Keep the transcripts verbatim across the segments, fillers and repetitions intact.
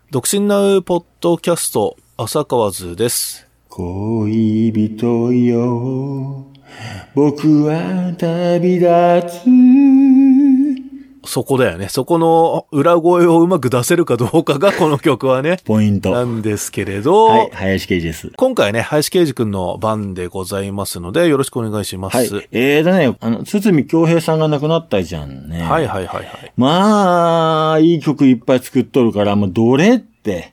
独身なうポッドキャスト、浅川図です。 恋人よ、僕は旅立つ。 そこだよね。そこの裏声をうまく出せるかどうかがこの曲はね。 ポイント。 なんですけれど。 はい、林圭司です。 今回ね、林圭司くんの番でございますので、よろしくお願いします。はい。 えーとね、あの、堤恭平さんが亡くなったじゃんね。 はいはいはいはい。 まあ、いい曲いっぱい作っとるから、もうどれって。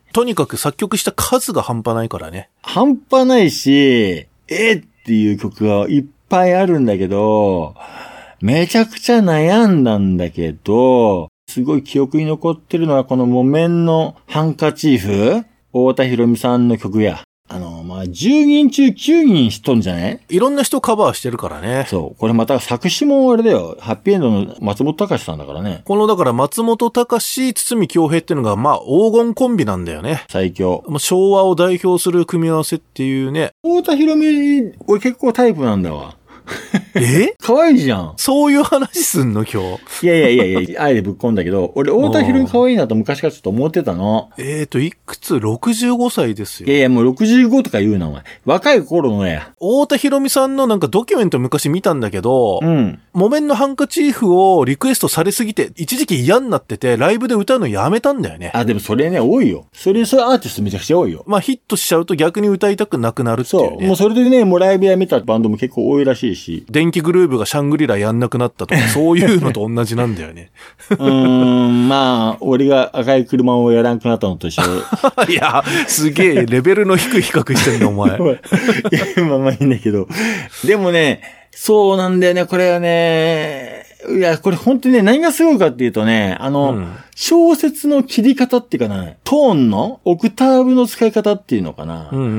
とにかく作曲した数が半端ないからね。 半端ないし、えーっていう曲がいっぱいあるんだけど、めちゃくちゃ悩んだんだけど、すごい記憶に残ってるのはこの木綿のハンカチーフ、太田裕美さんの曲や。あの、まあ、じゅうにん中きゅうにん知っとんじゃね？ いろんな人カバーしてるからね。 そう。これまた作詞もあれだよ。ハッピーエンドの松本隆さんだからね。 このだから松本隆、堤恭平っていうのがまあ黄金コンビなんだよね。 最強。 もう昭和を代表する組み合わせっていうね。 太田裕美、俺結構タイプなんだわ。 え可愛いじゃん。 そういう話すんの今日。 いやいやいやいや、あえてぶっ込んだけど、俺、太田裕美可愛いなと昔からちょっと思ってたの。 えーと、いくつ ?ろくじゅうご 歳ですよ。 いやいや、もうろくじゅうごとか言うな、お前。若い頃のや。 太田裕美さんのなんかドキュメント昔見たんだけど、 うん。 木綿のハンカチーフをリクエストされすぎて、一時期嫌になってて、ライブで歌うのやめたんだよね。 あ、でもそれね、多いよ。それ、そういうアーティストめちゃくちゃ多いよ。 まあヒットしちゃうと逆に歌いたくなくなるっていうね。 そう。もうそれでね、もうライブやめたバンドも結構多いらしいし。 電気グルーヴがシャングリラやんなくなったとか、そういうのと同じなんだよね。 うーん、まあ、俺が赤い車をやらんくなったのと一緒。 いや、すげえレベルの低い比較してんの、お前。 いや、まあまあいいんだけど。でもね、そうなんだよね、これはね。いや、これ本当にね、何がすごいかっていうとね、あの、うん、小説の切り方っていうかな、トーンのオクターブの使い方っていうのかな。 うんうんうん。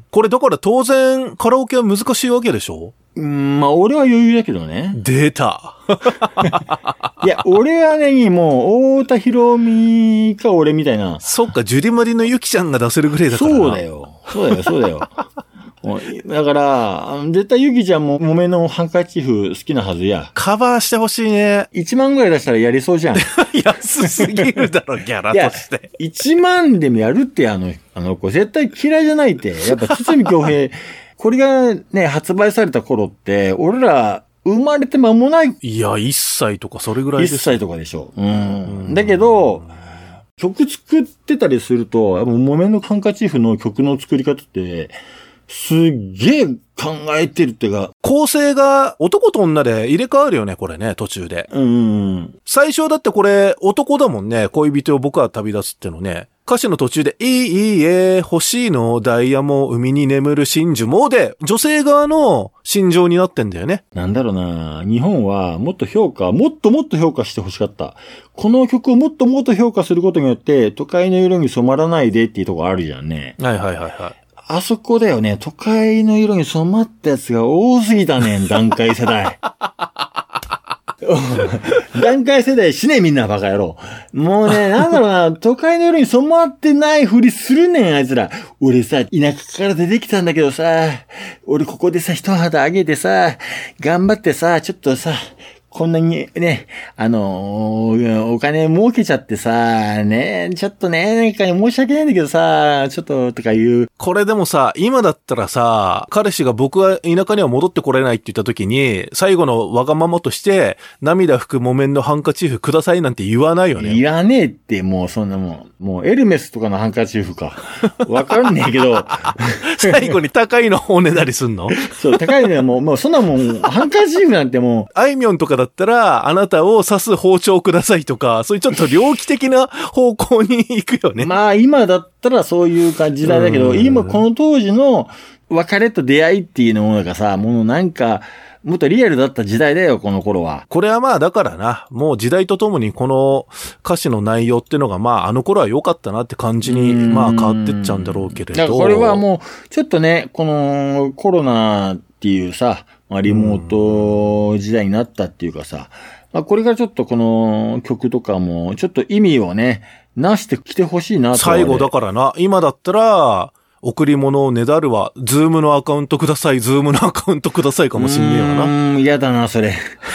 これだから当然カラオケは難しいわけでしょ？ うん、まあ俺は余裕だけどね。 出た。 いや、俺はね、もう、太田裕美か俺みたいな。 そっか、ジュディマリのユキちゃんが出せるぐらいだからな。 そうだよ。そうだよ、そうだよ。だから、絶対ゆきちゃんも木綿のハンカチーフ好きなはずや。 カバーしてほしいね。 いちまんぐらい出したらやりそうじゃん。 安すぎるだろ、ギャラとして。 いちまんでもやるって、あの、あの子、絶対嫌いじゃないって。やっぱ、堤恭平、これがね、発売された頃って、俺ら、生まれて間もない。 いや、いっさいとかそれぐらいです。 いっさいとかでしょ。うん。だけど、曲作ってたりすると、木綿のハンカチーフの曲の作り方って、すっげえ考えてるっていうか。 構成が男と女で入れ替わるよね、これね、途中で。 うん。 最初だってこれ男だもんね、恋人を僕は旅立つってのね。歌詞の途中で、いいいえ、欲しいの、ダイヤも海に眠る真珠もで、女性側の心情になってんだよね。 なんだろうな、日本はもっと評価、もっともっと評価してほしかった。この曲をもっともっと評価することによって、都会の色に染まらないでっていうところあるじゃんね。 はいはいはいはい。 あそこだよね。都会の色に染まったやつが多すぎたねん、段階世代。段階世代死ねみんなバカ野郎。もうね、なんだろうな、都会の色に染まってないふりするねん、あいつら。俺さ、田舎から出てきたんだけどさ、俺ここでさ、一肌あげてさ、頑張ってさ、ちょっとさ、こんなにね、あのー、お金儲けちゃってさ、ね、ちょっとね、何か申し訳ないんだけどさ、ちょっととか言う。 これでもさ、今だったらさ、彼氏が僕は田舎には戻ってこれないって言った時に、最後のわがままとして、涙拭く木綿のハンカチーフくださいなんて言わないよね。 言わねえって、もうそんなもん。もうエルメスとかのハンカチーフか。わかんねえけど。 最後に高いのおねだりすんの？ そう、高いのはもう、もうそんなもん、ハンカチーフなんてもう。 あいみょんとかだったら、あなたを刺す包丁くださいとか、そういうちょっと猟奇的な方向に行くよね。 まあ今だったらそういう感じだけど、今この当時の別れと出会いっていうのがさ、もうなんか、もっとリアルだった時代だよ、この頃は。 これはまあだからな、もう時代とともにこの歌詞の内容っていうのがまああの頃は良かったなって感じにまあ変わってっちゃうんだろうけれど。 だからこれはもう、ちょっとね、このコロナっていうさ、まあリモート時代になったっていうかさ、まあこれからちょっとこの曲とかも、ちょっと意味をね、なしてきてほしいなと。 最後だからな、今だったら、 贈り物をねだるは、ズームのアカウントください、ズームのアカウントくださいかもしんねえよな。 うーん、嫌だな、それ。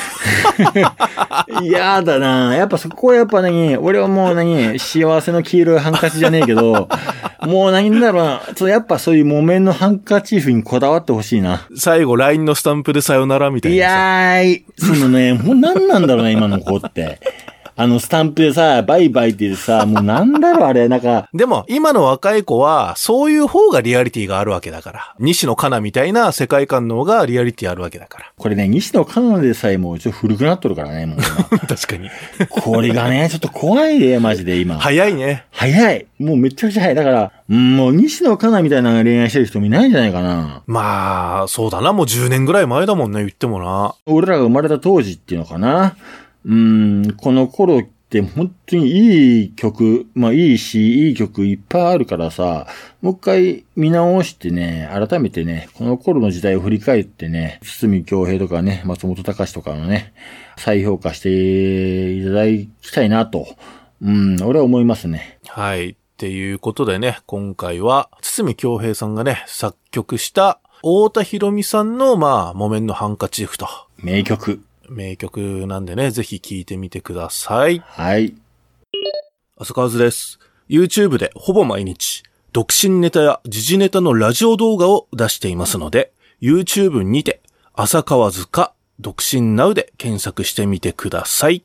嫌だな。やっぱそこはやっぱ何、俺はもう何、幸せの黄色いハンカチじゃねえけど、もう何だろうな、そうやっぱそういう木綿のハンカチーフにこだわってほしいな。 最後、ライン のスタンプでさよならみたいな。 いやー、そのね、もう何なんだろうな、今の子って。あのスタンプでさ、バイバイってさ、もうなんだろうあれ、なんか。 でも、今の若い子は、そういう方がリアリティがあるわけだから。西野カナみたいな世界観の方がリアリティあるわけだから。 これね、西野カナでさえもうちょっと古くなっとるからね、もう確かに。 これがね、ちょっと怖いで、マジで今。 早いね。 早い。もうめちゃくちゃ早い。だから、もう西野カナみたいな恋愛してる人もいないんじゃないかな。 まあ、そうだな。もうじゅうねんぐらい前だもんね、言ってもな。 俺らが生まれた当時っていうのかな。うーん、この頃って本当にいい曲、まあいいし、いい曲いっぱいあるからさ、もう一回見直してね、改めてね、この頃の時代を振り返ってね、堤恭平とかね、松本隆とかのね、再評価していただきたいなと、うん、俺は思いますね。 はい。っていうことでね、今回は、堤恭平さんがね、作曲した、太田博美さんの、まあ、木綿のハンカチーフと。 名曲。 名曲なんでね、ぜひ聴いてみてください。 はい。 浅川図です。YouTube でほぼ毎日、独身ネタや時事ネタのラジオ動画を出していますので、YouTube にて、浅川図か、独身ナウで検索してみてください。